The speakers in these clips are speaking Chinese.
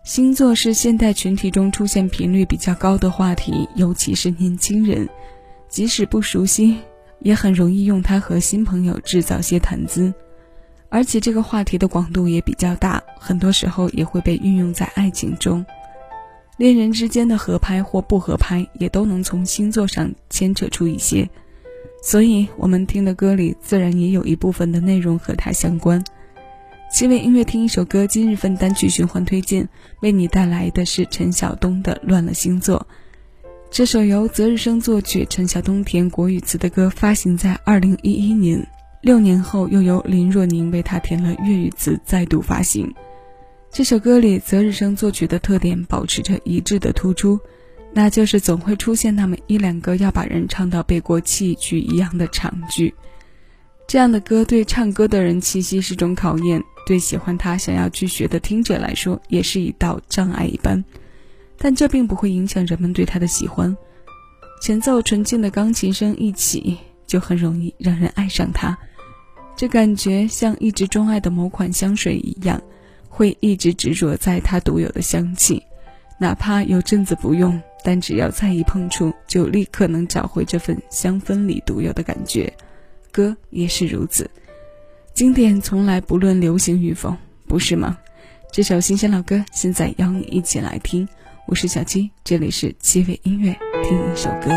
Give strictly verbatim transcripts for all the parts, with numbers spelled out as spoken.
星座是现代群体中出现频率比较高的话题，尤其是年轻人，即使不熟悉，也很容易用它和新朋友制造些谈资。而且这个话题的广度也比较大，很多时候也会被运用在爱情中。恋人之间的合拍或不合拍，也都能从星座上牵扯出一些。所以我们听的歌里自然也有一部分的内容和它相关。七位音乐听一首歌，今日份单曲循环推荐，为你带来的是陈晓东的《乱了星座》。这首由择日生作曲，陈晓东填国语词的歌发行在二零一一年，六年后又由林若宁为他填了粤语词再度发行。这首歌里择日生作曲的特点保持着一致的突出，那就是总会出现那么一两个要把人唱到背过气去一样的长句。这样的歌对唱歌的人气息是种考验，对喜欢他想要去学的听者来说也是一道障碍一般，但这并不会影响人们对他的喜欢。前奏纯净的钢琴声一起，就很容易让人爱上他。这感觉像一直钟爱的某款香水一样，会一直执着在它独有的香气，哪怕有阵子不用，但只要再一碰触，就立刻能找回这份香氛里独有的感觉。歌也是如此，经典从来不论流行与否，不是吗？这首新鲜老歌现在邀你一起来听，我是小七，这里是七味音乐，听一首歌。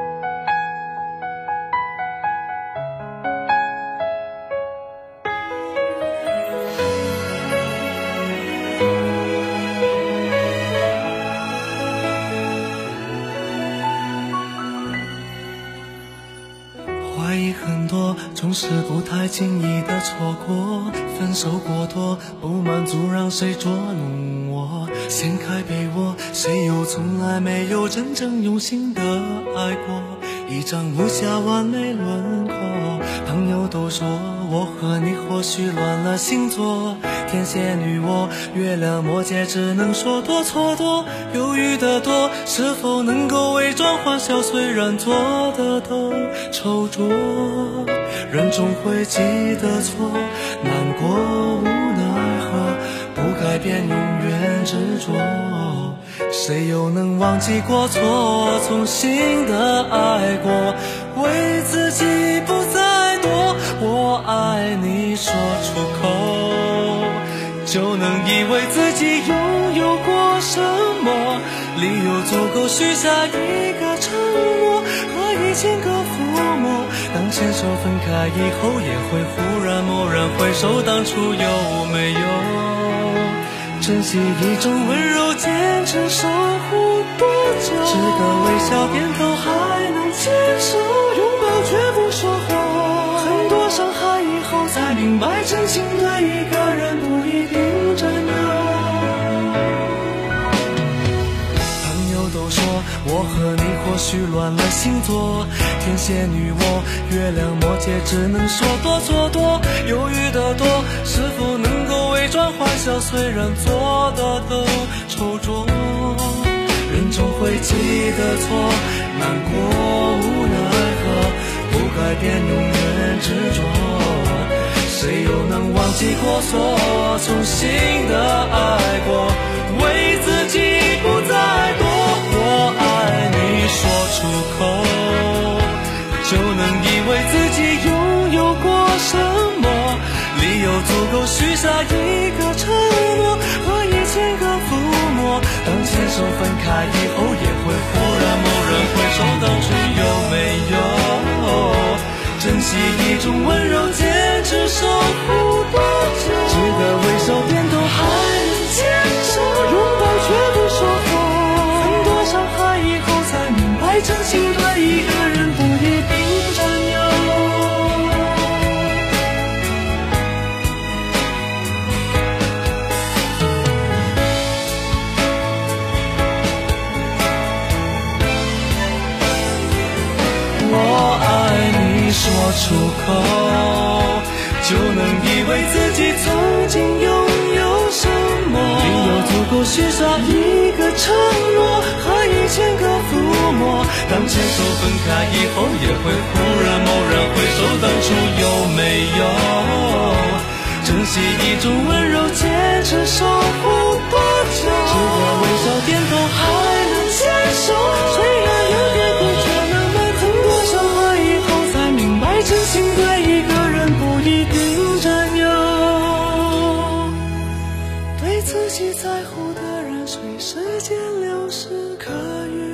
怀疑很多，总是不太经意的错过，分手过多，不满足让谁捉弄我，掀开被窝，谁又从来没有真正用心的爱过，一张无瑕完美轮廓。朋友都说我和你或许乱了星座，天蝎女我，月亮摩羯，只能说多错多，犹豫的多，是否能够伪装欢笑，虽然做的都丑拙，人总会记得错，难过无奈何，不改变永远执着，谁又能忘记过错，重新的爱过，为自己不再多，我爱你说出口，就能以为自己拥有过什么，理由足够许下一个承诺和一千个抚摸，当牵手分开以后，也会忽然蓦然回首，当初有没有珍惜一种温柔，坚持守护多久，只个微笑点头还能牵手，拥抱却不说话，很多伤害以后才明白，真心对一个人不一定真有。朋友都说我和你或许乱了星座，天蝎女我，月亮摩羯，只能说多做多，犹豫的多，是否能够伪装欢笑，虽然做的都丑拙，人总会记得错，难过无奈何，不改变永远执着，谁又能忘记过错，重新的爱过，为自己不再多，我爱你说出口，就能以为自己拥有过什么，理由足够许下一个承诺和一千个抚摸，当牵手分开以后，也会忽然蓦然回首，当初有没有珍惜一种温柔，坚持守护多久，只个微笑点头还能牵手，拥抱却不说话，很多伤害以后才明白，真心对一个人不一定占有。我爱你说出口，就能以为自己曾经拥有什么，理由足够许下一个承诺和一千个抚摸，当牵手分开以后，也会忽然蓦然回首，当初有没有珍惜一种温柔，坚持守护多久，只年流逝，可与